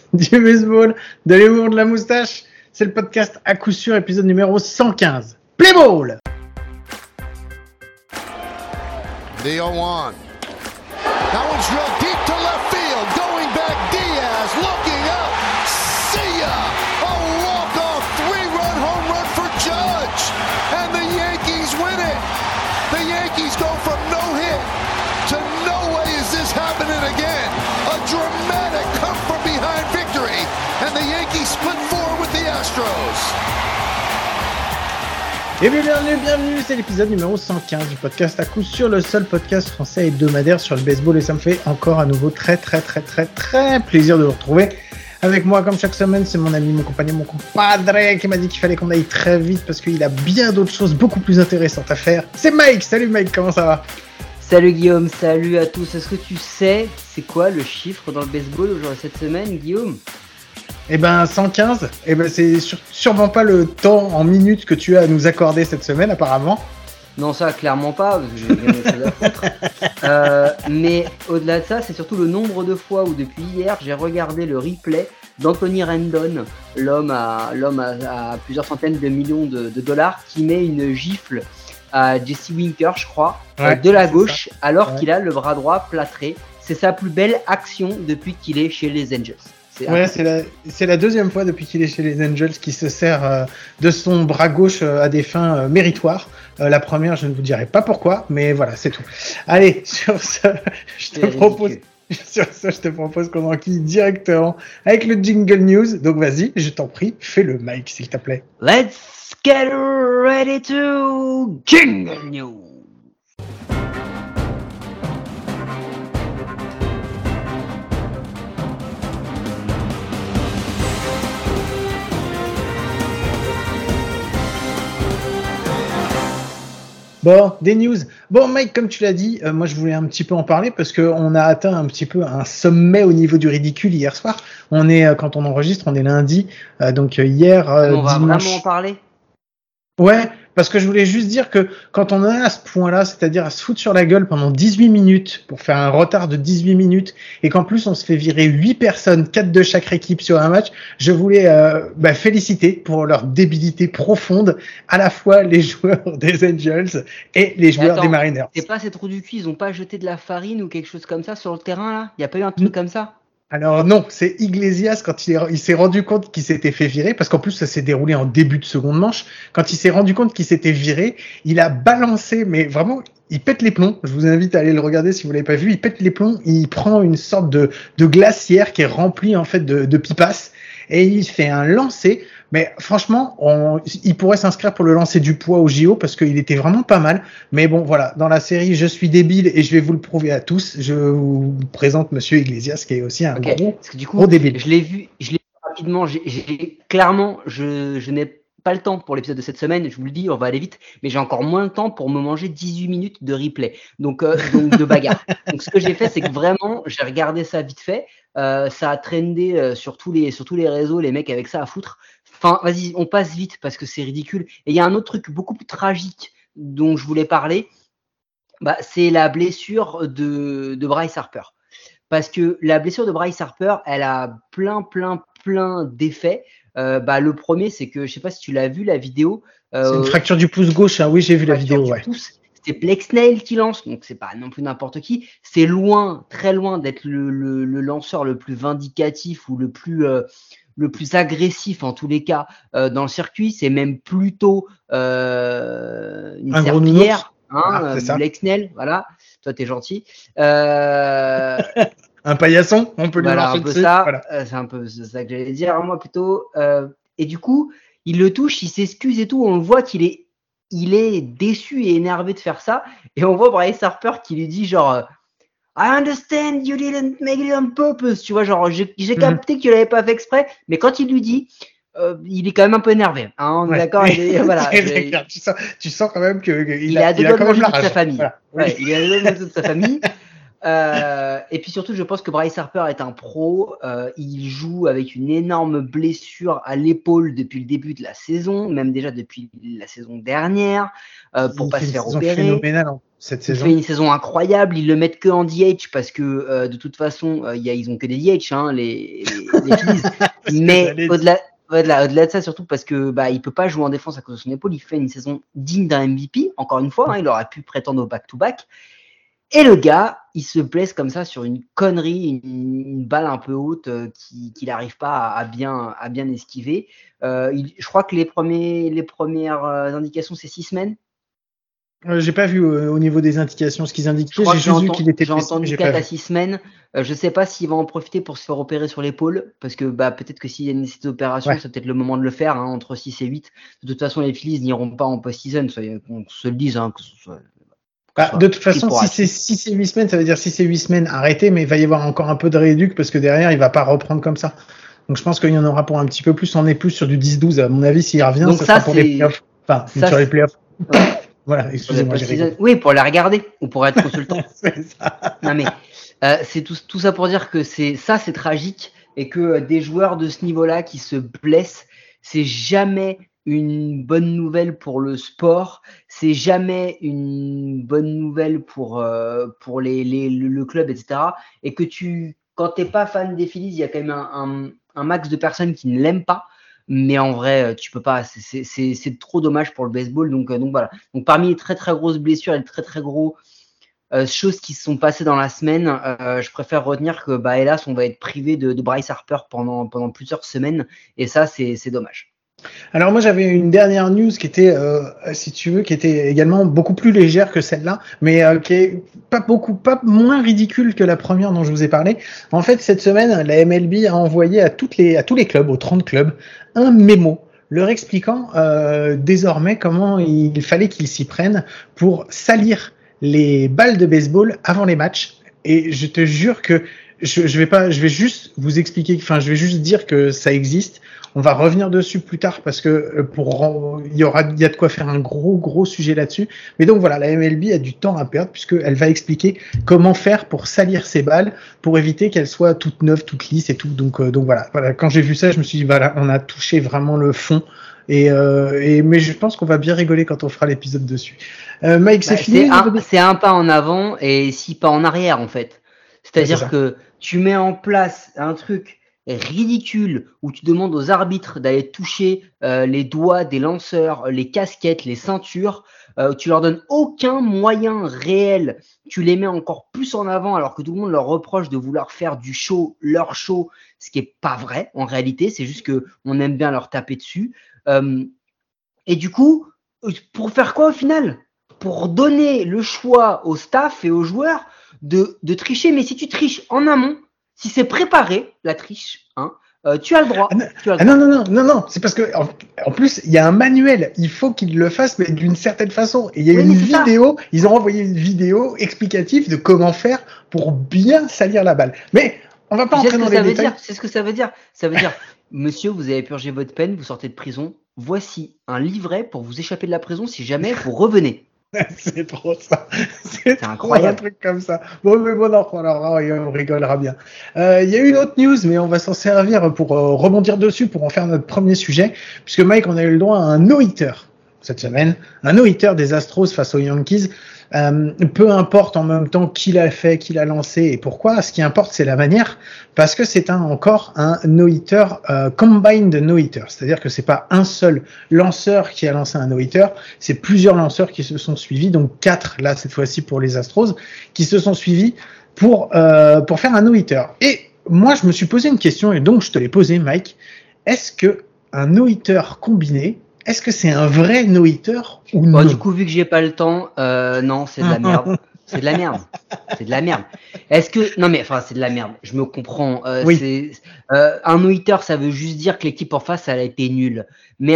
du baseball, de l'humour, de la moustache. C'est le podcast à coup sûr, épisode numéro 115. Play ball! The 0-1. That one's drilled deep to left field. Going back, Diaz looking up. See ya! A walk-off three-run home run for Judge. And the Yankees win it. The Yankees go from no hit to no way is this happening again. A dramatic come-from-behind victory. And the Yankees split four with the Astros. Et bien, bienvenue, c'est l'épisode numéro 115 du podcast à coup sûr, le seul podcast français hebdomadaire sur le baseball, et ça me fait encore à nouveau très plaisir de vous retrouver. Avec moi, comme chaque semaine, c'est mon ami, mon compagnon, mon compadre qui m'a dit qu'il fallait qu'on aille très vite parce qu'il a bien d'autres choses beaucoup plus intéressantes à faire. C'est Mike. Salut Mike, comment ça va? Salut Guillaume, salut à tous. Est-ce que tu sais c'est quoi le chiffre dans le baseball aujourd'hui cette semaine, Guillaume? Eh ben 115, eh ben c'est sûrement pas le temps en minutes que tu as à nous accorder cette semaine apparemment. Non, ça clairement pas, parce que j'ai bien des choses à foutre. Mais au-delà de ça, c'est surtout le nombre de fois où depuis hier, j'ai regardé le replay d'Anthony Rendon, l'homme à plusieurs centaines de millions de dollars, qui met une gifle à Jesse Winker, je crois, de la gauche, alors qu'il a le bras droit plâtré. C'est sa plus belle action depuis qu'il est chez les Angels. C'est la deuxième fois depuis qu'il est chez les Angels qu'il se sert de son bras gauche à des fins méritoires. La première, je ne vous dirai pas pourquoi, mais voilà, c'est tout. Allez, sur ça, je te propose qu'on enquille directement avec le Jingle News. Donc vas-y, je t'en prie, fais-le Mike, s'il te plaît. Let's get ready to Jingle News. Bon, des news. Bon, Mike, comme tu l'as dit, moi je voulais un petit peu en parler parce qu'on a atteint un petit peu un sommet au niveau du ridicule hier soir. Quand on enregistre, on est lundi, donc hier on va dimanche. Vraiment en parler. Ouais, parce que je voulais juste dire que quand on en est à ce point-là, c'est-à-dire à se foutre sur la gueule pendant 18 minutes pour faire un retard de 18 minutes et qu'en plus on se fait virer 8 personnes, 4 de chaque équipe sur un match, je voulais féliciter pour leur débilité profonde à la fois les joueurs des Angels et les joueurs des Mariners. C'est pas ces trous du cul, ils ont pas jeté de la farine ou quelque chose comme ça sur le terrain là? Il y a pas eu un truc comme ça? Alors non, c'est Iglesias quand il s'est rendu compte qu'il s'était fait virer, parce qu'en plus ça s'est déroulé en début de seconde manche, quand il s'est rendu compte qu'il s'était viré, il a balancé, mais vraiment, il pète les plombs, je vous invite à aller le regarder si vous l'avez pas vu, il pète les plombs, il prend une sorte de glacière qui est remplie en fait de pipasses, et il fait un lancer, mais franchement, il pourrait s'inscrire pour le lancer du poids au JO parce qu'il était vraiment pas mal. Mais bon, voilà, dans la série, je suis débile et je vais vous le prouver à tous. Je vous présente Monsieur Iglesias, qui est aussi un gros débile. Je l'ai vu rapidement. Clairement, je n'ai pas le temps pour l'épisode de cette semaine. Je vous le dis, on va aller vite, mais j'ai encore moins de temps pour me manger 18 minutes de replay, donc de bagarre. Donc ce que j'ai fait, c'est que vraiment, j'ai regardé ça vite fait. Ça a trendé sur tous les réseaux, les mecs avec ça à foutre. Enfin, vas-y, on passe vite parce que c'est ridicule. Et il y a un autre truc beaucoup plus tragique dont je voulais parler, c'est la blessure de Bryce Harper. Parce que la blessure de Bryce Harper, elle a plein d'effets. Le premier, c'est que, je sais pas si tu l'as vu, la vidéo. C'est une fracture du pouce gauche, hein. Oui, j'ai vu la vidéo, ouais. C'est Blake Snell qui lance, donc c'est pas non plus n'importe qui. C'est très loin d'être le lanceur le plus vindicatif ou le plus agressif en tous les cas dans le circuit. C'est même plutôt une serpillière, Blake Snell, voilà. Toi, t'es gentil. Un paillasson, on peut lui lancer dessus. Voilà. C'est un peu ça que j'allais dire, moi plutôt. Et du coup, il le touche, il s'excuse et tout. On le voit qu'il est déçu et énervé de faire ça. Et on voit Bryce Harper qui lui dit genre I understand you didn't make it on purpose. Tu vois, genre j'ai capté que tu l'avais pas fait exprès. Mais quand il lui dit, il est quand même un peu énervé. Hein, on est d'accord. Voilà. Tu sens quand même qu'il a deux doigts de manger toute sa famille. Voilà. Ouais, il a deux doigts de manger toute sa famille. Et puis surtout, je pense que Bryce Harper est un pro. Il joue avec une énorme blessure à l'épaule depuis le début de la saison, même déjà depuis la saison dernière, pour pas se faire opérer. cette Il saison. fait une saison incroyable, ils le mettent que en DH parce que de toute façon, ils ont que des DH, hein, les Phillies. Mais au-delà de ça, surtout parce que il peut pas jouer en défense à cause de son épaule. Il fait une saison digne d'un MVP. Encore une fois, il aurait pu prétendre au back-to-back. Et le gars, il se blesse comme ça sur une connerie, une balle un peu haute qu'il n'arrive pas à bien esquiver. Je crois que les premières indications, c'est 6 semaines. J'ai pas vu au niveau des indications ce qu'ils indiquaient. J'ai juste vu qu'il était blessé. J'ai entendu 4 à 6 semaines. Je sais pas s'il va en profiter pour se faire opérer sur l'épaule, parce que peut-être que s'il y a une nécessité d'opération, c'est peut-être le moment de le faire, hein, entre 6 et 8. De toute façon, les Phillies n'iront pas en post-season, qu'on se le dise. Hein, que ce soit, de toute façon, si c'est 8 semaines, ça veut dire si c'est 8 semaines arrêtées, mais il va y avoir encore un peu de rééduc parce que derrière, il va pas reprendre comme ça. Donc je pense qu'il y en aura pour un petit peu plus. On est plus sur du 10-12. À mon avis, s'il revient, donc ça sera pour les playoffs. Enfin, sur les playoffs. Ouais. Voilà, excusez-moi. Oui, pour la regarder ou pour être consultant. C'est ça. Non mais c'est tout ça pour dire que c'est tragique et que des joueurs de ce niveau-là qui se blessent, c'est jamais une bonne nouvelle pour le sport, c'est jamais une bonne nouvelle pour le club, etc. Et que quand t'es pas fan des Phillies, il y a quand même un max de personnes qui ne l'aiment pas. Mais en vrai, tu peux pas. C'est trop dommage pour le baseball. Donc voilà. Donc parmi les très très grosses blessures et les très très gros choses qui se sont passées dans la semaine, je préfère retenir que hélas, on va être privé de Bryce Harper pendant plusieurs semaines. Et ça, c'est dommage. Alors moi j'avais une dernière news qui était, si tu veux, qui était également beaucoup plus légère que celle-là, mais qui est pas moins ridicule que la première dont je vous ai parlé. En fait, cette semaine, la MLB a envoyé à tous les clubs, aux 30 clubs, un mémo leur expliquant désormais comment il fallait qu'ils s'y prennent pour salir les balles de baseball avant les matchs. Et je te jure que je vais juste vous expliquer, je vais juste dire que ça existe. On va revenir dessus plus tard parce que il y a de quoi faire un gros sujet là-dessus. Mais donc voilà, la MLB a du temps à perdre puisqu'elle va expliquer comment faire pour salir ces balles, pour éviter qu'elles soient toutes neuves, toutes lisses et tout. Donc voilà. Quand j'ai vu ça, je me suis dit voilà, on a touché vraiment le fond. Mais je pense qu'on va bien rigoler quand on fera l'épisode dessus. Mike, c'est fini. C'est un pas en avant et 6 pas en arrière en fait. C'est-à-dire que tu mets en place un truc ridicule où tu demandes aux arbitres d'aller toucher les doigts des lanceurs, les casquettes, les ceintures, tu leur donnes aucun moyen réel, tu les mets encore plus en avant alors que tout le monde leur reproche de vouloir faire du show, leur show, ce qui est pas vrai en réalité, c'est juste que on aime bien leur taper dessus. Et du coup, pour faire quoi au final ? Pour donner le choix au staff et aux joueurs de tricher, mais si tu triches en amont, si c'est préparé, la triche, tu as le droit. Non, c'est parce que en plus il y a un manuel, il faut qu'ils le fassent mais d'une certaine façon. Et il y a une vidéo, ils ont envoyé une vidéo explicative de comment faire pour bien salir la balle. Mais on va pas entrer dans les détails. C'est ce que ça veut dire. Ça veut dire, monsieur, vous avez purgé votre peine, vous sortez de prison. Voici un livret pour vous échapper de la prison si jamais vous revenez. C'est trop ça. C'est incroyable. Un truc comme ça. Bon, mais bon, on rigolera bien. Il y a une autre news, mais on va s'en servir pour rebondir dessus, pour en faire notre premier sujet, puisque Mike, on a eu le droit à un no-hitter cette semaine, un no-hitter des Astros face aux Yankees. Peu importe en même temps qui l'a fait, qui l'a lancé et pourquoi. Ce qui importe, c'est la manière, parce que c'est encore un no-hitter combined no-hitter, c'est-à-dire que c'est pas un seul lanceur qui a lancé un no-hitter, c'est plusieurs lanceurs qui se sont suivis, donc 4 là cette fois-ci pour les Astros, qui se sont suivis pour faire un no-hitter. Et moi, je me suis posé une question et donc je te l'ai posée, Mike. Est-ce que un no-hitter combiné, est-ce que c'est un vrai no-hitter ou non ? Du coup, vu que j'ai pas le temps, non, c'est de la merde. C'est de la merde. C'est de la merde. Est-ce que c'est de la merde. Je me comprends. Oui. Un no-hitter, ça veut juste dire que l'équipe en face, elle a été nulle. Mais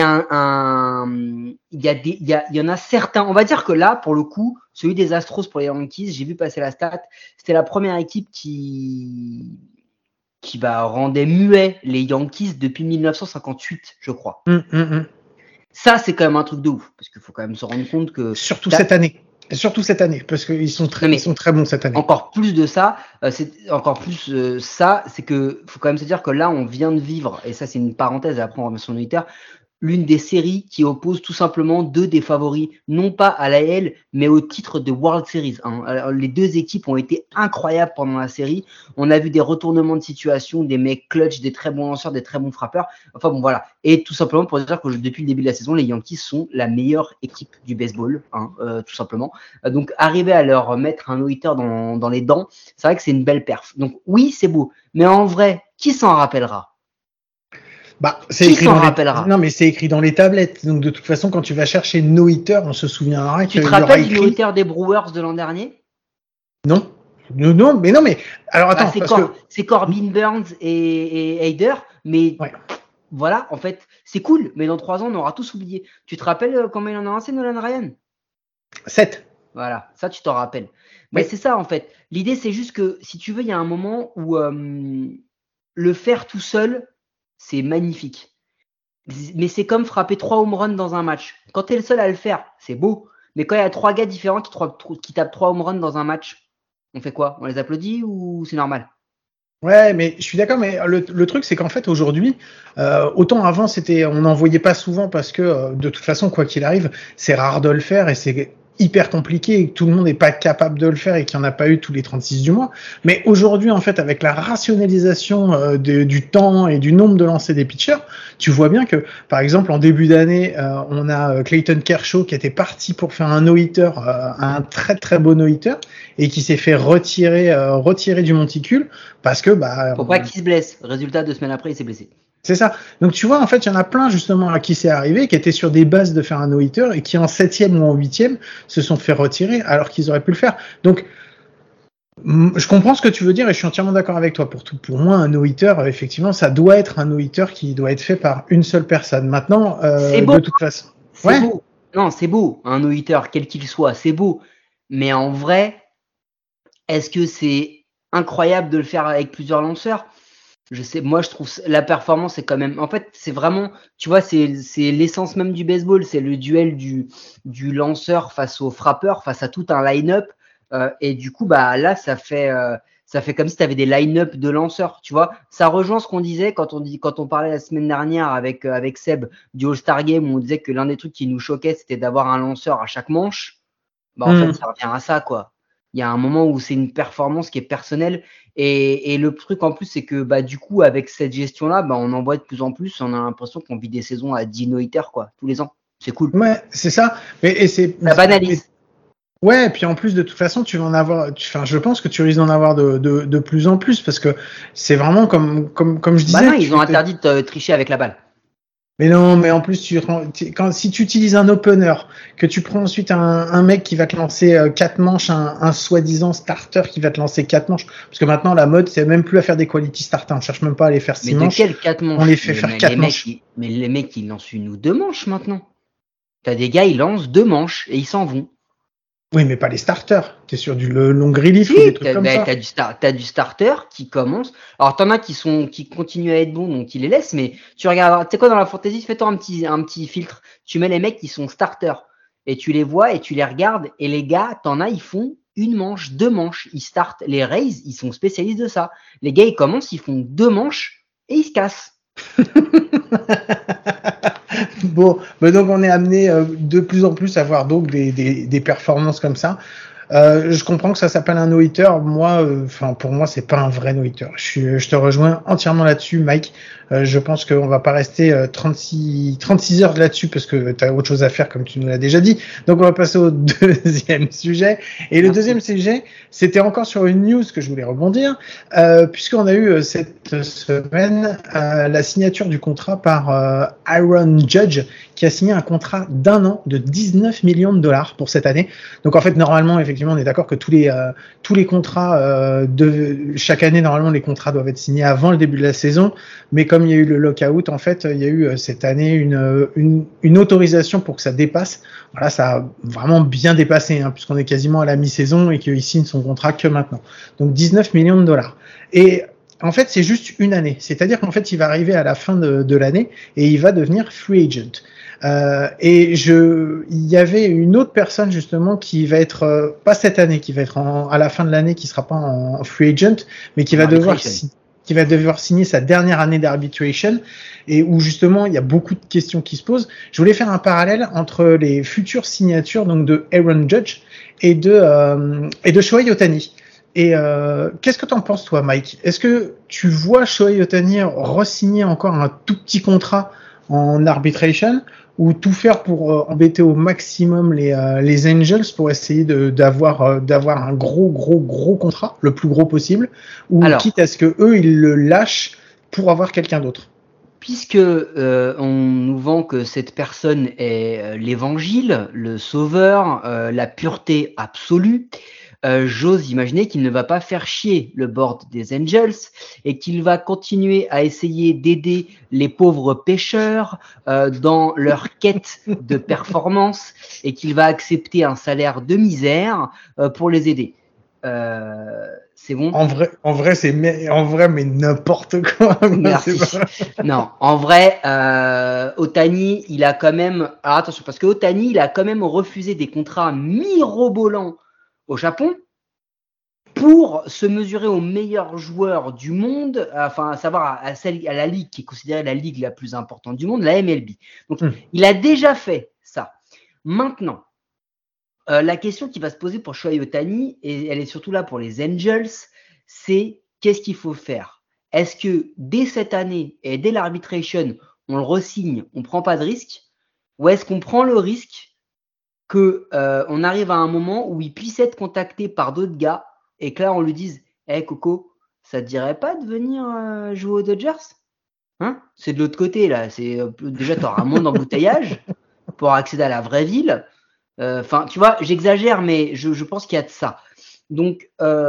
il y en a certains. On va dire que là, pour le coup, celui des Astros pour les Yankees, j'ai vu passer la stat. C'était la première équipe qui rendait muet les Yankees depuis 1958, je crois. Ça, c'est quand même un truc de ouf, parce qu'il faut quand même se rendre compte que... Surtout cette année, parce qu'ils sont très bons cette année. Encore plus de ça, c'est que faut quand même se dire que là, on vient de vivre, et ça, c'est une parenthèse, et après on remet son no-hitter, l'une des séries qui oppose tout simplement deux des favoris, non pas à l'AL, mais au titre de World Series. Alors, les deux équipes ont été incroyables pendant la série. On a vu des retournements de situation, des mecs clutch, des très bons lanceurs, des très bons frappeurs. Enfin bon, voilà. Et tout simplement pour dire que depuis le début de la saison, les Yankees sont la meilleure équipe du baseball, tout simplement. Donc, arriver à leur mettre un no-hitter dans les dents, c'est vrai que c'est une belle perf. Donc, oui, c'est beau. Mais en vrai, qui s'en rappellera? C'est écrit Non, mais c'est écrit dans les tablettes. Donc, de toute façon, quand tu vas chercher no-hitter, on se souviendra qu'il y aura écrit... Tu te rappelles du no-hitter des Brewers de l'an dernier? Non. Mais alors attends. C'est Corbin Burns et Hader, mais voilà, en fait, c'est cool. Mais dans 3 ans, on aura tous oublié. Tu te rappelles combien il en a lancé, Nolan Ryan? 7. Voilà, ça, tu t'en rappelles. Mais c'est ça, en fait. L'idée, c'est juste que, si tu veux, il y a un moment où le faire tout seul, c'est magnifique. Mais c'est comme frapper 3 home runs dans un match. Quand tu es le seul à le faire, c'est beau. Mais quand il y a 3 gars différents qui tapent 3 home runs dans un match, on fait quoi? On les applaudit ou c'est normal? Ouais, mais je suis d'accord, mais le truc, c'est qu'en fait, aujourd'hui, autant avant, on n'en voyait pas souvent parce que, de toute façon, quoi qu'il arrive, c'est rare de le faire et c'est hyper compliqué et que tout le monde n'est pas capable de le faire et qu'il n'y en a pas eu tous les 36 du mois. Mais aujourd'hui, en fait, avec la rationalisation du temps et du nombre de lancers des pitchers, tu vois bien que, par exemple, en début d'année, on a Clayton Kershaw qui était parti pour faire un no-hitter, un très très beau no-hitter, et qui s'est fait retirer du monticule parce que pour pas qu'il se blesse. Résultat, 2 semaines après, il s'est blessé. C'est ça. Donc tu vois, en fait, il y en a plein justement à qui c'est arrivé, qui étaient sur des bases de faire un no-hitter et qui en 7e ou en 8e se sont fait retirer alors qu'ils auraient pu le faire. Donc je comprends ce que tu veux dire et je suis entièrement d'accord avec toi. Pour moi, un no-hitter, effectivement, ça doit être un no-hitter qui doit être fait par une seule personne. Maintenant, de toute façon, c'est beau. Non, c'est beau. Un no-hitter, quel qu'il soit, c'est beau. Mais en vrai, est-ce que c'est incroyable de le faire avec plusieurs lanceurs? Moi, je trouve la performance est quand même. En fait, c'est vraiment, tu vois, c'est l'essence même du baseball. C'est le duel du lanceur face au frappeur, face à tout un line-up. Et du coup, là, ça fait comme si tu avais des line-up de lanceurs. Tu vois, ça rejoint ce qu'on disait quand on parlait la semaine dernière avec Seb du All-Star Game où on disait que l'un des trucs qui nous choquait, c'était d'avoir un lanceur à chaque manche. En fait, ça revient à ça, quoi. Il y a un moment où c'est une performance qui est personnelle et le truc en plus c'est que du coup avec cette gestion là on en voit de plus en plus, on a l'impression qu'on vit des saisons à 10 no-hitter quoi tous les ans, c'est cool. Ouais, c'est ça. Ça banalise. Ouais, et puis en plus de toute façon tu vas en avoir, je pense que tu risques d'en avoir de plus en plus parce que c'est vraiment comme je disais. Non, ils ont interdit de tricher avec la balle. Mais non, mais en plus, si tu utilises un opener, que tu prends ensuite un mec qui va te lancer 4 manches, un soi-disant starter qui va te lancer 4 manches, parce que maintenant la mode c'est même plus à faire des quality starters, on cherche même pas à les faire 6 manches. Mais de quel 4 manches? On les fait faire 4 manches. Mais les mecs ils lancent 1 ou 2 manches maintenant. T'as des gars ils lancent 2 manches et ils s'en vont. Oui, mais pas les starters. T'es sur du long relief ou des trucs comme ça. T'as du starter qui commence. Alors, t'en as qui continuent à être bons, donc tu les laisses, mais tu regardes, tu sais quoi, dans la fantasy, fais-toi un petit filtre. Tu mets les mecs qui sont starters et tu les vois et tu les regardes et les gars, t'en as, ils font 1 manche, 2 manches. Ils startent. Les Rays, ils sont spécialistes de ça. Les gars, ils commencent, ils font 2 manches et ils se cassent. Bon, donc on est amené de plus en plus à voir donc des performances comme ça. Je comprends que ça s'appelle un no-hitter. Moi, pour moi, c'est pas un vrai no-hitter. Je te rejoins entièrement là-dessus, Mike. Je pense qu'on va pas rester 36 heures là-dessus parce que tu as autre chose à faire comme tu nous l'as déjà dit. Donc on va passer au deuxième sujet. Et le deuxième sujet, c'était encore sur une news que je voulais rebondir, puisqu'on a eu cette semaine la signature du contrat par Aaron Judge, qui a signé un contrat d'1 an de $19 millions pour cette année. Donc en fait, normalement, effectivement, on est d'accord que tous les contrats chaque année, normalement, les contrats doivent être signés avant le début de la saison. Mais comme il y a eu le lockout, en fait, il y a eu cette année une autorisation pour que ça dépasse. Voilà, ça a vraiment bien dépassé, puisqu'on est quasiment à la mi-saison et qu'il signe son contrat que maintenant. Donc $19 millions. Et en fait, c'est juste une année. C'est-à-dire qu'en fait, il va arriver à la fin de l'année et il va devenir free agent. Il y avait une autre personne justement qui va être pas cette année, qui va être à la fin de l'année, qui sera pas en free agent, mais qui va devoir qui va devoir signer sa dernière année d'arbitration et où justement il y a beaucoup de questions qui se posent. Je voulais faire un parallèle entre les futures signatures donc de Aaron Judge et de Shohei Ohtani. Et qu'est-ce que t'en penses toi, Mike? Est-ce que tu vois Shohei Ohtani re-signer encore un tout petit contrat en arbitration ou tout faire pour embêter au maximum les Angels pour essayer d'avoir un gros contrat, le plus gros possible, ou quitte à ce que eux ils le lâchent pour avoir quelqu'un d'autre? Puisque on nous vend que cette personne est l'évangile, le sauveur, la pureté absolue, j'ose imaginer qu'il ne va pas faire chier le board des Angels et qu'il va continuer à essayer d'aider les pauvres pêcheurs dans leur quête de performance et qu'il va accepter un salaire de misère pour les aider. C'est bon. En vrai, mais n'importe quoi. Merci. Non, en vrai, Ohtani, il a quand même. Alors attention, parce que Ohtani, il a quand même refusé des contrats mirobolants au Japon pour se mesurer aux meilleurs joueurs du monde, enfin à savoir à la ligue qui est considérée la ligue la plus importante du monde, la MLB. Donc, il a déjà fait ça. Maintenant, la question qui va se poser pour Shohei Ohtani, et elle est surtout là pour les Angels, c'est qu'est-ce qu'il faut faire? Est-ce que dès cette année et dès l'arbitration, on le re-signe, on ne prend pas de risque? Ou est-ce qu'on prend le risque qu'on arrive à un moment où il puisse être contacté par d'autres gars et que là, on lui dise « Hey Coco, ça te dirait pas de venir jouer aux Dodgers ?» Hein? C'est de l'autre côté, là. Déjà, tu auras moins d'embouteillage pour accéder à la vraie ville. Enfin, tu vois, j'exagère, mais je pense qu'il y a de ça. Donc,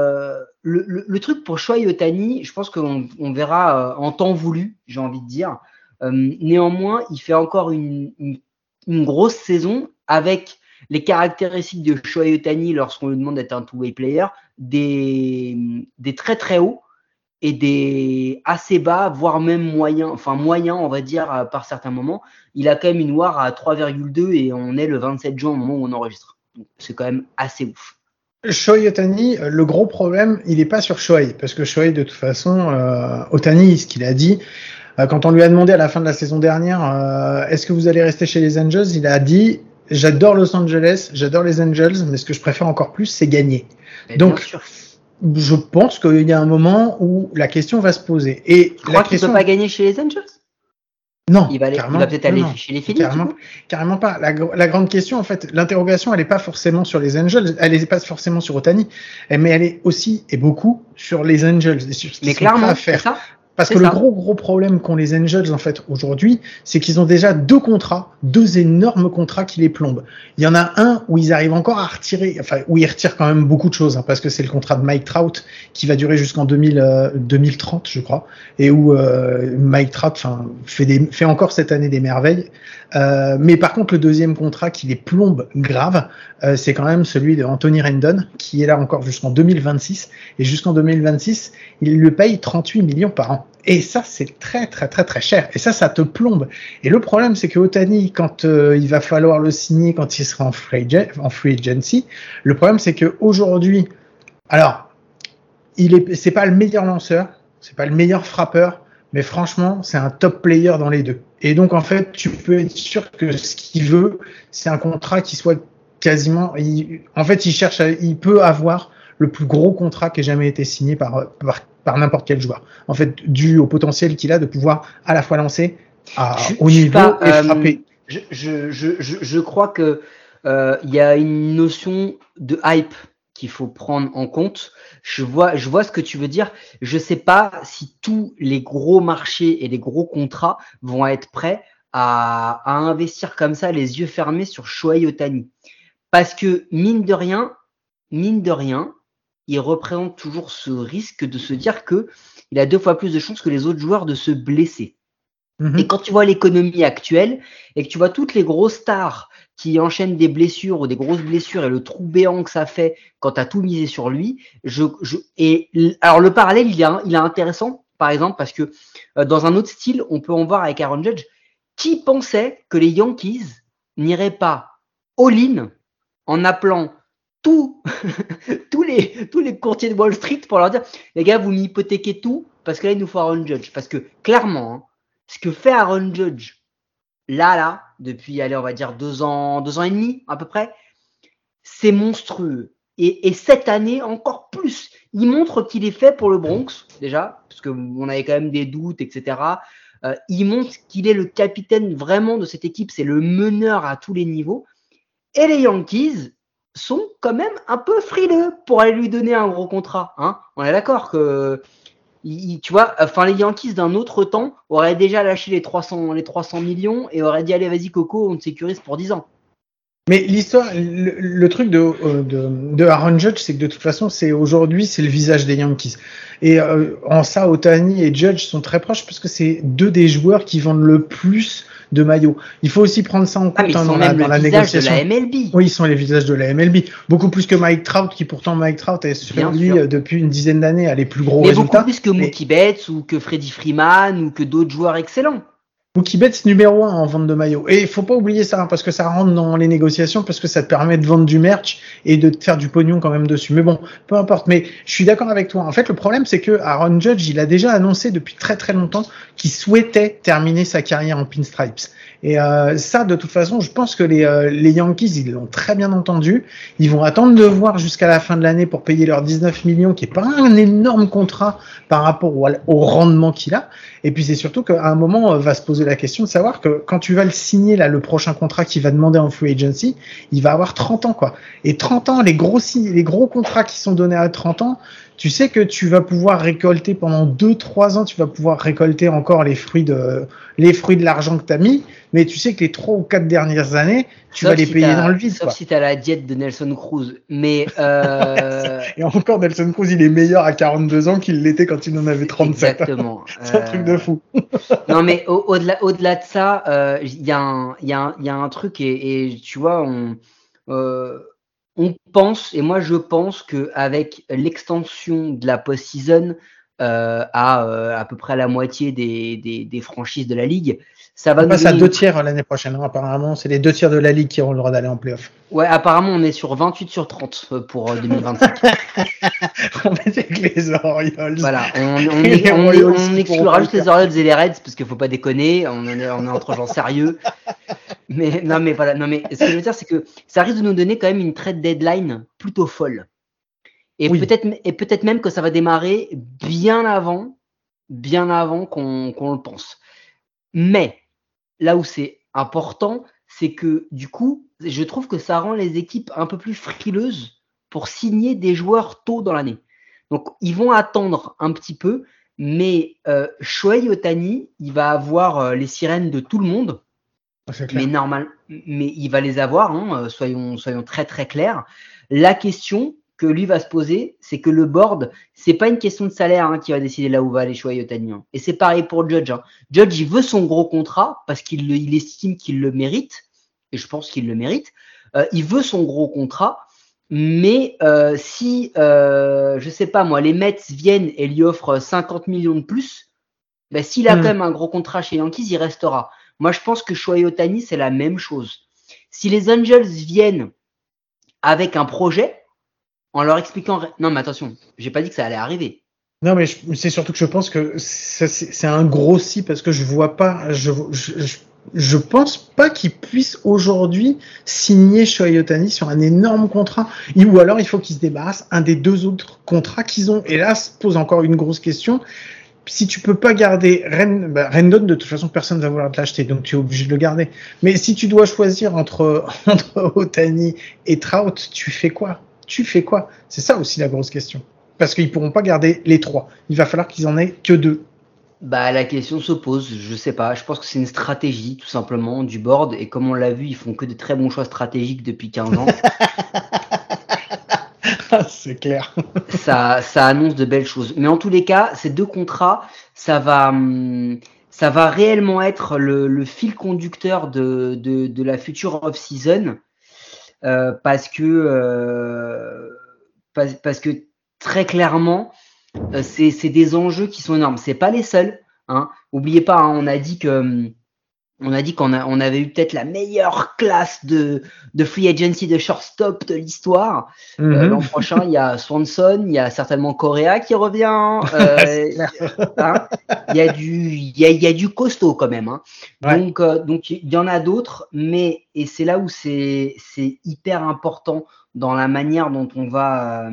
le truc pour Shohei Ohtani, je pense qu'on verra en temps voulu, j'ai envie de dire. Néanmoins, il fait encore une grosse saison avec les caractéristiques de Shohei Ohtani lorsqu'on lui demande d'être un two-way player, des très très hauts et des assez bas, voire même moyens, on va dire, par certains moments. Il a quand même une WAR à 3,2 et on est le 27 juin au moment où on enregistre. Donc, c'est quand même assez ouf. Shohei Ohtani, le gros problème, il n'est pas sur Shohei, parce que Shohei, de toute façon, Ohtani, ce qu'il a dit, quand on lui a demandé à la fin de la saison dernière, est-ce que vous allez rester chez les Angels, il a dit, j'adore Los Angeles, j'adore les Angels, mais ce que je préfère encore plus, c'est gagner. Mais donc, je pense qu'il y a un moment où la question va se poser. Et tu crois qu'il ne peut pas gagner chez les Angels? Non, il va peut-être aller chez les Phillies. Carrément pas. La grande question, en fait, l'interrogation, elle n'est pas forcément sur les Angels, elle n'est pas forcément sur Ohtani, mais elle est aussi et beaucoup sur les Angels et sur ce qu'ils sont prêts à faire. C'est ça. Parce que le gros problème qu'ont les Angels, en fait, aujourd'hui, c'est qu'ils ont déjà deux énormes contrats qui les plombent. Il y en a un où ils arrivent encore à retirer, enfin, où ils retirent quand même beaucoup de choses, hein, parce que c'est le contrat de Mike Trout qui va durer jusqu'en 2030, je crois, et où Mike Trout, fait encore cette année des merveilles. Mais par contre, le deuxième contrat qui les plombe grave, c'est quand même celui de Anthony Rendon, qui est là encore jusqu'en 2026. Et jusqu'en 2026, il lui paye 38 millions par an. Et ça, c'est très, très, très, très cher. Et ça te plombe. Et le problème, c'est que Ohtani, quand il va falloir le signer, quand il sera en free agency, le problème, c'est que aujourd'hui, alors, c'est pas le meilleur lanceur, c'est pas le meilleur frappeur, mais franchement, c'est un top player dans les deux. Et donc, en fait, tu peux être sûr que ce qu'il veut, c'est un contrat qui soit quasiment... il peut avoir le plus gros contrat qui ait jamais été signé par n'importe quel joueur. En fait, dû au potentiel qu'il a de pouvoir à la fois lancer au niveau et frapper. Je crois que il y a une notion de hype qu'il faut prendre en compte. Je vois ce que tu veux dire. Je sais pas si tous les gros marchés et les gros contrats vont être prêts à investir comme ça, les yeux fermés sur Shohei Ohtani. Parce que, mine de rien, il représente toujours ce risque de se dire que il a 2 fois plus de chances que les autres joueurs de se blesser. Et quand tu vois l'économie actuelle et que tu vois toutes les grosses stars qui enchaînent des blessures ou des grosses blessures et le trou béant que ça fait quand tu as tout misé sur lui, alors le parallèle il est intéressant par exemple parce que dans un autre style on peut en voir avec Aaron Judge. Qui pensait que les Yankees n'iraient pas all-in en appelant tous les courtiers de Wall Street pour leur dire les gars vous m'hypothéquez tout, parce que là, il nous faut Aaron Judge. Parce que clairement, hein, ce que fait Aaron Judge, là, depuis, allez, on va dire 2 ans et demi, à peu près, c'est monstrueux. Et cette année, encore plus. Il montre qu'il est fait pour le Bronx, déjà, parce qu'on avait quand même des doutes, etc. Il montre qu'il est le capitaine vraiment de cette équipe, c'est le meneur à tous les niveaux. Et les Yankees sont quand même un peu frileux pour aller lui donner un gros contrat. Hein. On est d'accord que, tu vois, enfin les Yankees d'un autre temps auraient déjà lâché les 300 millions et auraient dit allez vas-y Coco, on te sécurise pour 10 ans. Mais l'histoire, le truc de Aaron Judge, c'est que de toute façon, aujourd'hui, c'est le visage des Yankees. Et en ça, Ohtani et Judge sont très proches parce que c'est deux des joueurs qui vendent le plus de maillots. Il faut aussi prendre ça en compte dans la négociation. De la MLB. Oui, ils sont les visages de la MLB. Beaucoup plus que Mike Trout, qui pourtant Mike Trout est sur lui depuis une dizaine d'années à les plus gros résultats. Mais beaucoup plus que Mookie Betts ou que Freddie Freeman ou que d'autres joueurs excellents. Mookie Betts numéro 1 en vente de maillots. Et il faut pas oublier ça, hein, parce que ça rentre dans les négociations, parce que ça te permet de vendre du merch et de te faire du pognon quand même dessus. Mais bon, peu importe. Mais je suis d'accord avec toi. En fait, le problème, c'est que Aaron Judge, il a déjà annoncé depuis très très longtemps qu'il souhaitait terminer sa carrière en pinstripes. Et ça, de toute façon, je pense que les Yankees, ils l'ont très bien entendu. Ils vont attendre de voir jusqu'à la fin de l'année pour payer leurs 19 millions, qui est pas un énorme contrat par rapport au rendement qu'il a. Et puis c'est surtout qu'à un moment, va se poser la question de savoir que quand tu vas le signer, là, le prochain contrat qu'il va demander en free agency, il va avoir 30 ans, quoi. Et 30 ans, les gros contrats qui sont donnés à 30 ans, tu sais que tu vas pouvoir récolter pendant 2-3 ans, tu vas pouvoir récolter encore les fruits de l'argent que tu as mis, mais tu sais que les 3 ou 4 dernières années, tu vas les payer dans le vide. Sauf si tu as la diète de Nelson Cruz. Mais Et encore, Nelson Cruz, il est meilleur à 42 ans qu'il l'était quand il en avait 37. Exactement. C'est un truc de fou. Non, mais au-delà de ça, il y a un truc, et tu vois, on pense, et moi je pense qu'avec l'extension de la post-season à peu près la moitié des franchises de la ligue, ça va on passe à 2 tiers l'année prochaine. Apparemment, c'est les 2 tiers de la ligue qui auront le droit d'aller en playoff. Ouais, apparemment, on est sur 28 sur 30 pour 2025. On va dire que les Orioles. Voilà, on exclura juste les Orioles et les Reds parce qu'il faut pas déconner, on est entre gens sérieux. Mais non, mais voilà, non, mais ce que je veux dire, c'est que ça risque de nous donner quand même une trade deadline plutôt folle. Et oui. peut-être même que ça va démarrer bien avant qu'on le pense. Mais là où c'est important, c'est que du coup, je trouve que ça rend les équipes un peu plus frileuses pour signer des joueurs tôt dans l'année. Donc, ils vont attendre un petit peu, mais Shohei Ohtani, il va avoir les sirènes de tout le monde. Mais il va les avoir, hein, soyons très très clairs. La question que lui va se poser, c'est que le board, c'est pas une question de salaire hein, qui va décider là où va aller Shohei Ohtani. Hein. Et c'est pareil pour Judge. Hein. Judge, il veut son gros contrat parce qu'il estime qu'il le mérite, et je pense qu'il le mérite. Il veut son gros contrat, mais si, je sais pas moi, les Mets viennent et lui offrent 50 millions de plus, ben, s'il a quand même un gros contrat chez Yankees, il restera. Moi, je pense que Shohei Ohtani, c'est la même chose. Si les Angels viennent avec un projet, en leur expliquant... Non, mais attention, j'ai pas dit que ça allait arriver. Non, mais c'est surtout que je pense que c'est un gros si, parce que je vois pas... Je pense pas qu'ils puissent aujourd'hui signer Shohei Ohtani sur un énorme contrat. Ou alors, il faut qu'ils se débarrassent un des 2 autres contrats qu'ils ont. Et là, se pose encore une grosse question. Si tu peux pas garder Rendon, de toute façon, personne va vouloir te l'acheter, donc tu es obligé de le garder. Mais si tu dois choisir entre Ohtani et Trout, tu fais quoi? C'est ça aussi la grosse question. Parce qu'ils pourront pas garder les 3. Il va falloir qu'ils en aient que 2. Bah, la question se pose, je sais pas. Je pense que c'est une stratégie, tout simplement, du board. Et comme on l'a vu, ils font que de très bons choix stratégiques depuis 15 ans. C'est clair. ça annonce de belles choses. Mais en tous les cas, ces 2 contrats, ça va réellement être le fil conducteur de la future off-season parce que très clairement, c'est des enjeux qui sont énormes. C'est pas les seuls. Hein. Oubliez pas, hein, on a dit que On a dit on avait eu peut-être la meilleure classe de free agency de shortstop de l'histoire. L'an prochain, il y a Swanson, il y a certainement Correa qui revient. Hein, il y a du costaud quand même. Hein. Ouais. Donc il y en a d'autres, mais et c'est là où c'est hyper important dans la manière dont on va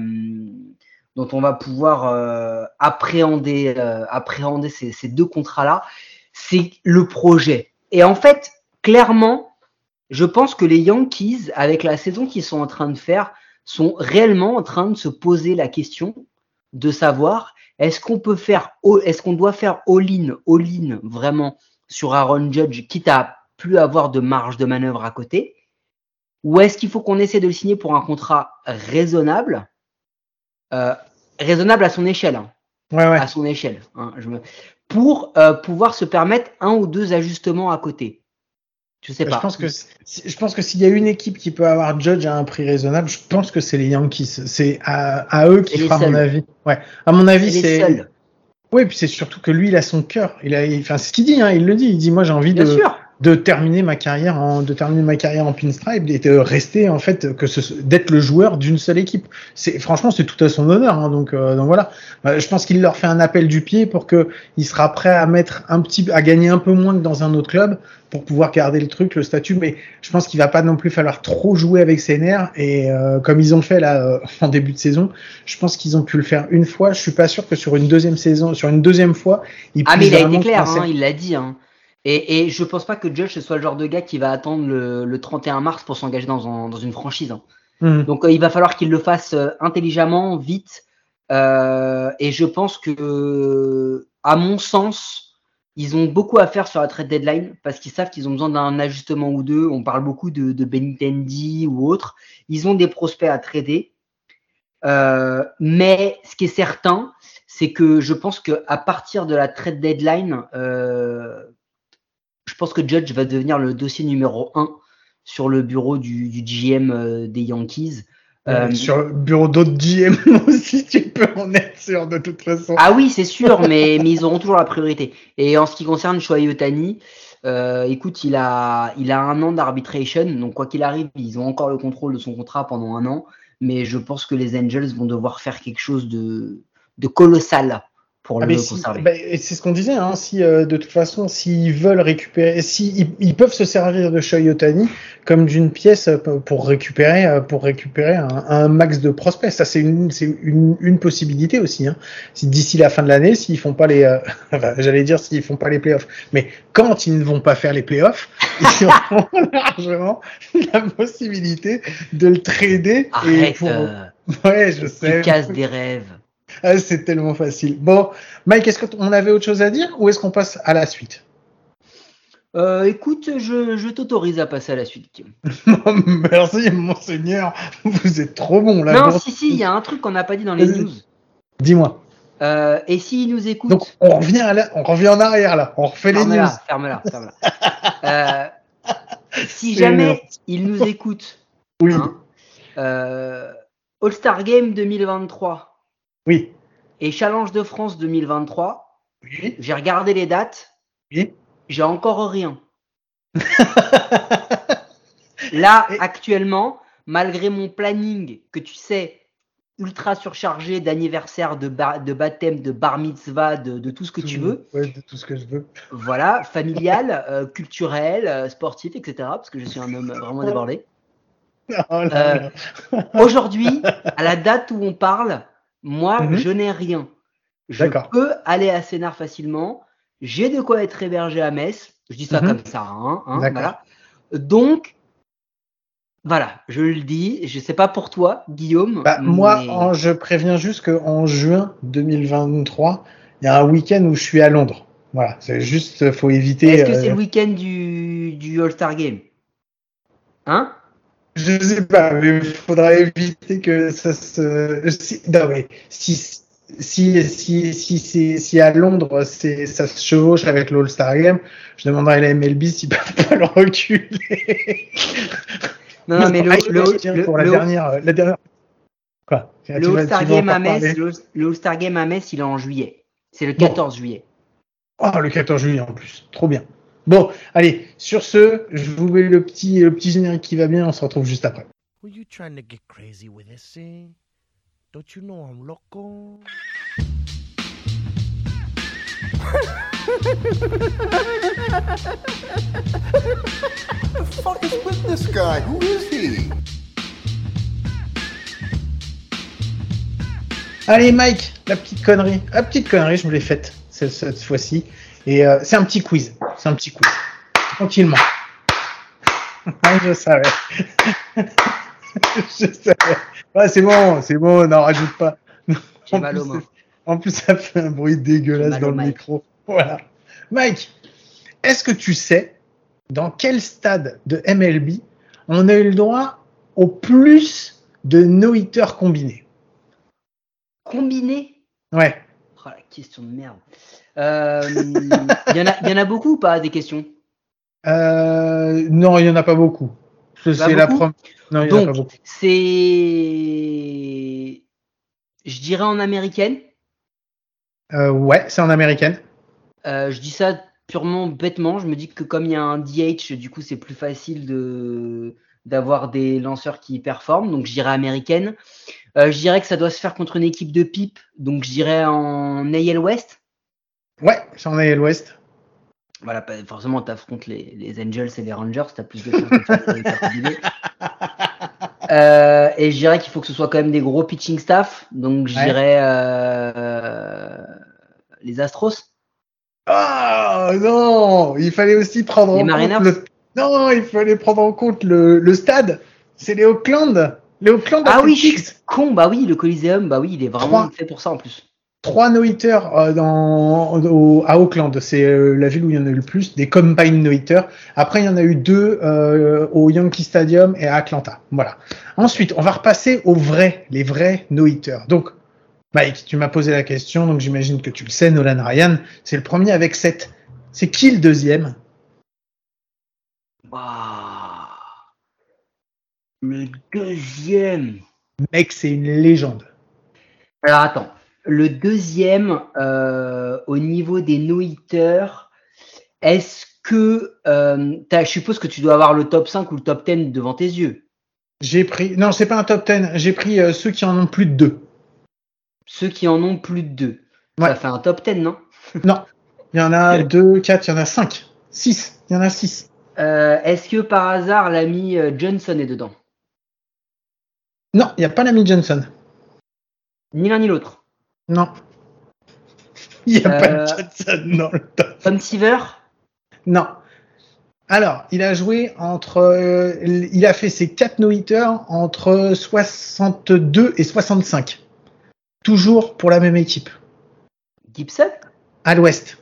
pouvoir appréhender ces deux contrats-là, c'est le projet. Et en fait, clairement, je pense que les Yankees, avec la saison qu'ils sont en train de faire, sont réellement en train de se poser la question de savoir est-ce qu'on doit faire all-in vraiment sur Aaron Judge, quitte à plus avoir de marge de manœuvre à côté, ou est-ce qu'il faut qu'on essaie de le signer pour un contrat raisonnable à son échelle, hein, à son échelle, hein, pour pouvoir se permettre un ou deux ajustements à côté. Je sais pas. Je pense que s'il y a une équipe qui peut avoir Judge à un prix raisonnable, je pense que c'est les Yankees. C'est à eux qui fera, à mon avis. Ouais. À mon avis, c'est. Les seuls. Oui, puis c'est surtout que lui, il a son cœur. Enfin, c'est ce qu'il dit, hein. Il le dit. Il dit, moi, j'ai envie de terminer ma carrière en pinstripe et de rester, en fait, d'être le joueur d'une seule équipe. Franchement, c'est tout à son honneur, hein. Donc voilà. Je pense qu'il leur fait un appel du pied pour que il sera prêt à à gagner un peu moins que dans un autre club pour pouvoir garder le statut. Mais je pense qu'il va pas non plus falloir trop jouer avec ses nerfs et comme ils ont fait là en début de saison, je pense qu'ils ont pu le faire une fois. Je suis pas sûr que sur une deuxième fois, mais il a été clair, hein, il l'a dit, hein. Et je pense pas que Judge soit le genre de gars qui va attendre le 31 mars pour s'engager dans une franchise. Hein. Donc il va falloir qu'il le fasse intelligemment, vite. Et je pense que, à mon sens, ils ont beaucoup à faire sur la trade deadline parce qu'ils savent qu'ils ont besoin d'un ajustement ou deux. On parle beaucoup de Benintendi ou autre. Ils ont des prospects à trader. Mais ce qui est certain, c'est que je pense qu'à partir de la trade deadline, je pense que Judge va devenir le dossier numéro 1 sur le bureau du GM des Yankees. Sur le bureau d'autres GM aussi, tu peux en être sûr de toute façon. Ah oui, c'est sûr, mais ils auront toujours la priorité. Et en ce qui concerne Shohei Ohtani, écoute, il a 1 an d'arbitration, donc quoi qu'il arrive, ils ont encore le contrôle de son contrat pendant 1 an. Mais je pense que les Angels vont devoir faire quelque chose de colossal pour le conserver. Et c'est ce qu'on disait, hein, si de toute façon, s'ils veulent récupérer, ils peuvent se servir de Shohei Ohtani comme d'une pièce pour récupérer un max de prospects. Ça, c'est une possibilité aussi. Hein. Si d'ici la fin de l'année, s'ils font pas s'ils font pas les playoffs, mais quand ils ne vont pas faire les playoffs, ils auront largement la possibilité de le trader. Arrête, ouais, je sais. Tu casses des rêves. Ah, c'est tellement facile. Bon, Mike, est-ce qu'on avait autre chose à dire ou est-ce qu'on passe à la suite? Écoute, je t'autorise à passer à la suite, Kim. Merci, monseigneur. Vous êtes trop bon là. Non, si, il y a un truc qu'on n'a pas dit dans les news. Dis-moi. Et s'ils nous écoutent. Donc, on revient en arrière là. On refait les news. Ferme-la. Si jamais ils nous écoutent. Oui. Hein, All-Star Game 2023. Oui. Et Challenge de France 2023. Oui. J'ai regardé les dates. Oui. J'ai encore rien. Là, actuellement, malgré mon planning que tu sais, ultra surchargé d'anniversaire, de baptême, de bar mitzvah, de tout ce que tu veux. Ouais, de tout ce que je veux. Voilà, familial, culturel, sportif, etc. Parce que je suis un homme vraiment débordé. Aujourd'hui, à la date où on parle, moi, je n'ai rien. Je peux aller à Sénart facilement. J'ai de quoi être hébergé à Metz. Je dis ça comme ça. Hein, voilà. Donc, voilà, je le dis. Je ne sais pas pour toi, Guillaume. Moi, je préviens juste qu'en juin 2023, il y a un week-end où je suis à Londres. Voilà, c'est juste, faut éviter. Est-ce que c'est le week-end du All-Star Game? Hein? Je sais pas, mais il faudra éviter que ça se. Non, mais si à Londres ça se chevauche avec l'All-Star Game, je demanderai à la MLB s'ils peuvent pas le reculer. Non, mais la dernière. Quoi? Le All-Star Game à Metz, le All-Star Game à Metz, il est en juillet. C'est le 14 juillet. Oh, le 14 juillet en plus, trop bien. Bon, allez, sur ce, je vous mets le petit générique qui va bien, on se retrouve juste après. Were you trying to get crazy with this thing? Don't you know I'm loco? What the fuck is with this guy? Who is he? Allez Mike, la petite connerie. La petite connerie, je me l'ai faite cette fois-ci. Et c'est un petit quiz. C'est un petit quiz. Tranquillement. Je savais. Je savais. Ouais, c'est bon, n'en rajoute pas. J'ai mal aux mains. En plus, ça fait un bruit dégueulasse dans le micro. Voilà. Mike, est-ce que tu sais dans quel stade de MLB on a eu le droit au plus de no-hitters combinés? Combiné? Ouais. Oh, la question de merde. Il y en a beaucoup ou pas des questions? Non, il n'y en a pas beaucoup. C'est la première. Non, il n'y en a pas beaucoup. C'est. Je dirais en américaine. Ouais, c'est en américaine. Je dis ça purement bêtement. Je me dis que comme il y a un DH, du coup, c'est plus facile d'avoir des lanceurs qui performent. Donc, je dirais américaine. Je dirais que ça doit se faire contre une équipe de pipe. Donc, je dirais en AL West. Ouais, c'est en AL West. Voilà, forcément, tu affrontes les Angels et les Rangers. Tu as plus de chances de faire des combinés. Et je dirais qu'il faut que ce soit quand même des gros pitching staff. Donc, je dirais les Astros. Ah non, il fallait aussi prendre en compte Non, il fallait prendre en compte le stade. C'est les Oakland. Les Oakland. Ah oui, je suis con. Bah oui, le Coliseum. Bah oui, il est vraiment fait pour ça en plus. 3 no-hitters à Auckland, c'est la ville où il y en a eu le plus, des combine no-hitters. Après, il y en a eu 2 au Yankee Stadium et à Atlanta. Voilà. Ensuite, on va repasser les vrais no-hitters. Donc, Mike, tu m'as posé la question, donc j'imagine que tu le sais, Nolan Ryan, c'est le premier avec 7. C'est qui le deuxième? Le deuxième. Mec, c'est une légende. Alors, attends. Le deuxième, au niveau des no-hitters, est-ce que je suppose que tu dois avoir le top 5 ou le top 10 devant tes yeux? Non, c'est pas un top 10. J'ai pris ceux qui en ont plus de 2. Ceux qui en ont plus de 2. Ouais. Ça fait un top 10, non? Non. Il y en a 2, 4, il y en a 5. 6. Il y en a 6. Est-ce que par hasard l'ami Johnson est dedans? Non, il n'y a pas l'ami Johnson. Ni l'un ni l'autre. Non. Il n'y a pas de Johnson dans le top. Tom Seaver? Non. Alors, il a joué il a fait ses 4 no-hitters entre 62 et 65. Toujours pour la même équipe. Gibson? À l'ouest.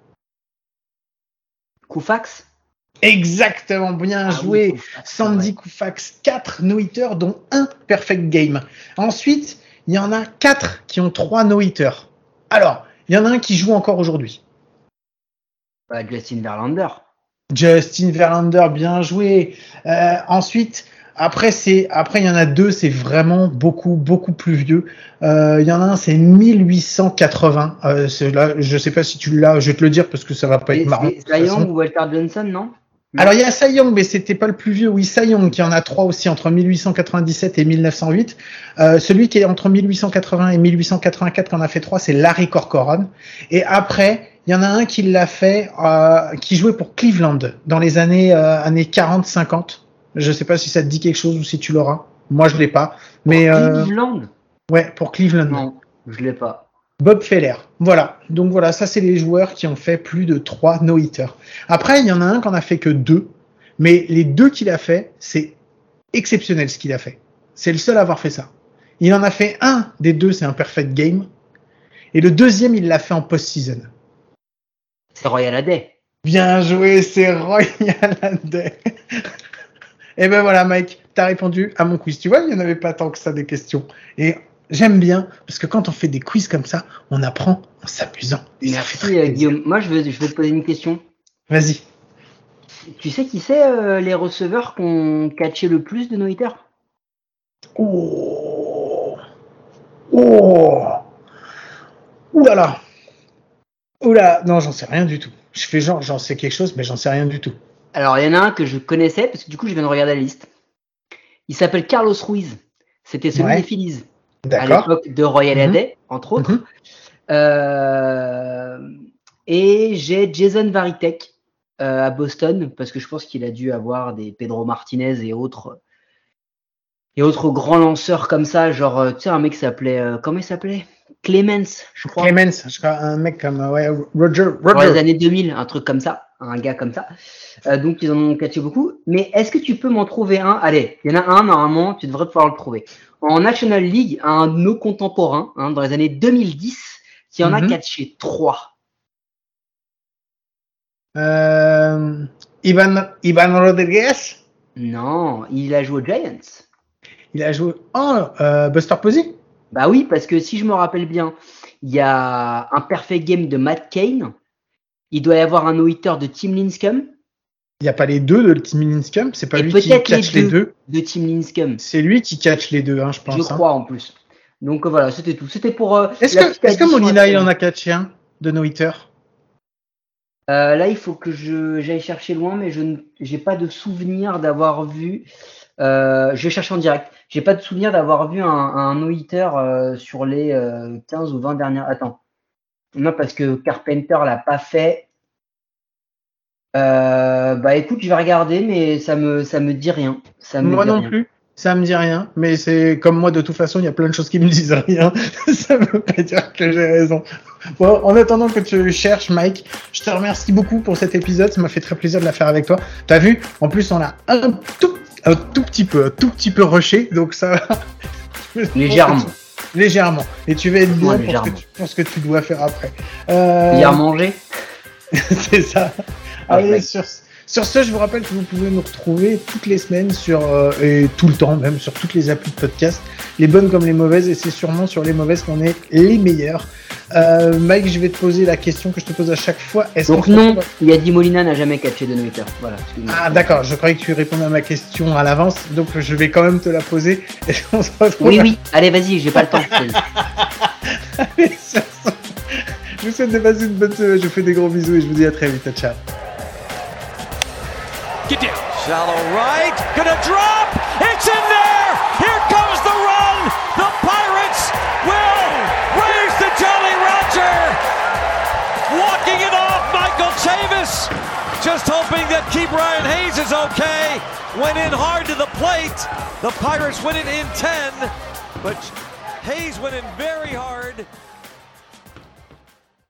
Koufax? Exactement, bien joué. Oui, Koufax, Sandy Koufax, 4 no-hitters, dont 1 perfect game. Ensuite, il y en a 4 qui ont 3 no-hitters. Alors, il y en a un qui joue encore aujourd'hui. Justin Verlander. Justin Verlander, bien joué. Ensuite, après, il y en a 2, c'est vraiment beaucoup plus vieux. Il y en a un, c'est 1880. Là, je sais pas si tu l'as, je vais te le dire parce que ça va pas être marrant. C'est Cy Young ou Walter Johnson, non? Alors, il y a Cy Young, mais c'était pas le plus vieux. Oui, Cy Young, qui en a 3 aussi, entre 1897 et 1908. Celui qui est entre 1880 et 1884, qui en a fait 3, c'est Larry Corcoran. Et après, il y en a un qui l'a fait, qui jouait pour Cleveland dans les années 40-50. Je sais pas si ça te dit quelque chose ou si tu l'auras. Moi, je l'ai pas. Mais Cleveland? Ouais, pour Cleveland. Non, je l'ai pas. Bob Feller. Voilà. Donc voilà, ça c'est les joueurs qui ont fait plus de 3 no-hitters. Après, il y en a un qui en a fait que 2. Mais les 2 qu'il a fait, c'est exceptionnel ce qu'il a fait. C'est le seul à avoir fait ça. Il en a fait un des 2, c'est un perfect game. Et le deuxième, il l'a fait en post-season. C'est Royal Halladay. Bien joué, c'est Royal Halladay. Et ben voilà, Mike, t'as répondu à mon quiz. Tu vois, il n'y en avait pas tant que ça des questions. Et j'aime bien, parce que quand on fait des quiz comme ça, on apprend en s'amusant. Merci Guillaume. Moi, je vais te poser une question. Vas-y. Tu sais qui c'est les receveurs qui ont catché le plus de no-hitters? Oh. Ouh là là. Oula, non, j'en sais rien du tout. Je fais genre, j'en sais quelque chose, mais j'en sais rien du tout. Alors, il y en a un que je connaissais, parce que du coup, je viens de regarder la liste. Il s'appelle Carlos Ruiz. C'était celui des Phillies. À l'époque de Royal Haday, entre autres. Et j'ai Jason Varitek à Boston, parce que je pense qu'il a dû avoir des Pedro Martinez et autres grands lanceurs comme ça, genre, tu sais, un mec s'appelait, comment il s'appelait? Clemens, je crois. Clemens, je crois, un mec comme, Roger. Dans les années 2000, un truc comme ça, un gars comme ça. Donc, ils en ont catché beaucoup. Mais est-ce que tu peux m'en trouver un? Allez, il y en a un, normalement, tu devrais pouvoir le trouver. En National League, un de nos contemporains, dans les années 2010, qui en a catché 3. Ivan Rodriguez? Non, il a joué aux Giants. Il a joué. Buster Posey? Bah oui, parce que si je me rappelle bien, il y a un perfect game de Matt Cain. Il doit y avoir un no-hitter de Tim Lincecum. Il n'y a pas les deux de Tim Lincecum? C'est pas et lui qui catch les deux de Tim Lincecum. C'est lui qui catch les deux, je pense. Je crois en plus. Donc voilà, c'était tout. C'était pour. Est-ce que Molina il en a catché un de no-hitter? Là, il faut que j'aille chercher loin, mais je n'ai pas de souvenir d'avoir vu. Je vais chercher en direct. J'ai pas de souvenir d'avoir vu un no-hitter sur les 15 ou 20 dernières. Attends. Non, parce que Carpenter l'a pas fait. Bah écoute, je vais regarder, mais ça me dit rien. Moi non plus. Ça me dit rien, mais c'est comme moi de toute façon, il y a plein de choses qui me disent rien. Ça veut pas dire que j'ai raison. Bon, en attendant que tu cherches, Mike, je te remercie beaucoup pour cet épisode. Ça m'a fait très plaisir de la faire avec toi. T'as vu? En plus, on a un tout petit peu rushé, donc ça va. Légèrement. Et tu vas être bien pour ce que tu dois faire après. Hier manger. C'est ça. Allez, sur ce, je vous rappelle que vous pouvez nous retrouver toutes les semaines et tout le temps même sur toutes les applis de podcast, les bonnes comme les mauvaises, et c'est sûrement sur les mauvaises qu'on est les meilleurs. Mike, je vais te poser la question que je te pose à chaque fois. Donc non, Yadi Molina n'a jamais catché de no-hitter. Voilà. D'accord, je croyais que tu répondais à ma question à l'avance, donc je vais quand même te la poser. Est-ce qu'on se retrouve Oui, allez, vas-y, j'ai pas le temps. Allez, je vous souhaite de passer une bonne semaine, je vous fais des gros bisous et je vous dis à très vite, ciao. Get down. Shallow right. Gonna drop. It's in there. Here comes the run. The Pirates will raise the Jolly Roger. Walking it off, Michael Chavis. Just hoping that Ke'Bryan Hayes is okay. Went in hard to the plate. The Pirates win it in 10. But Hayes went in very hard.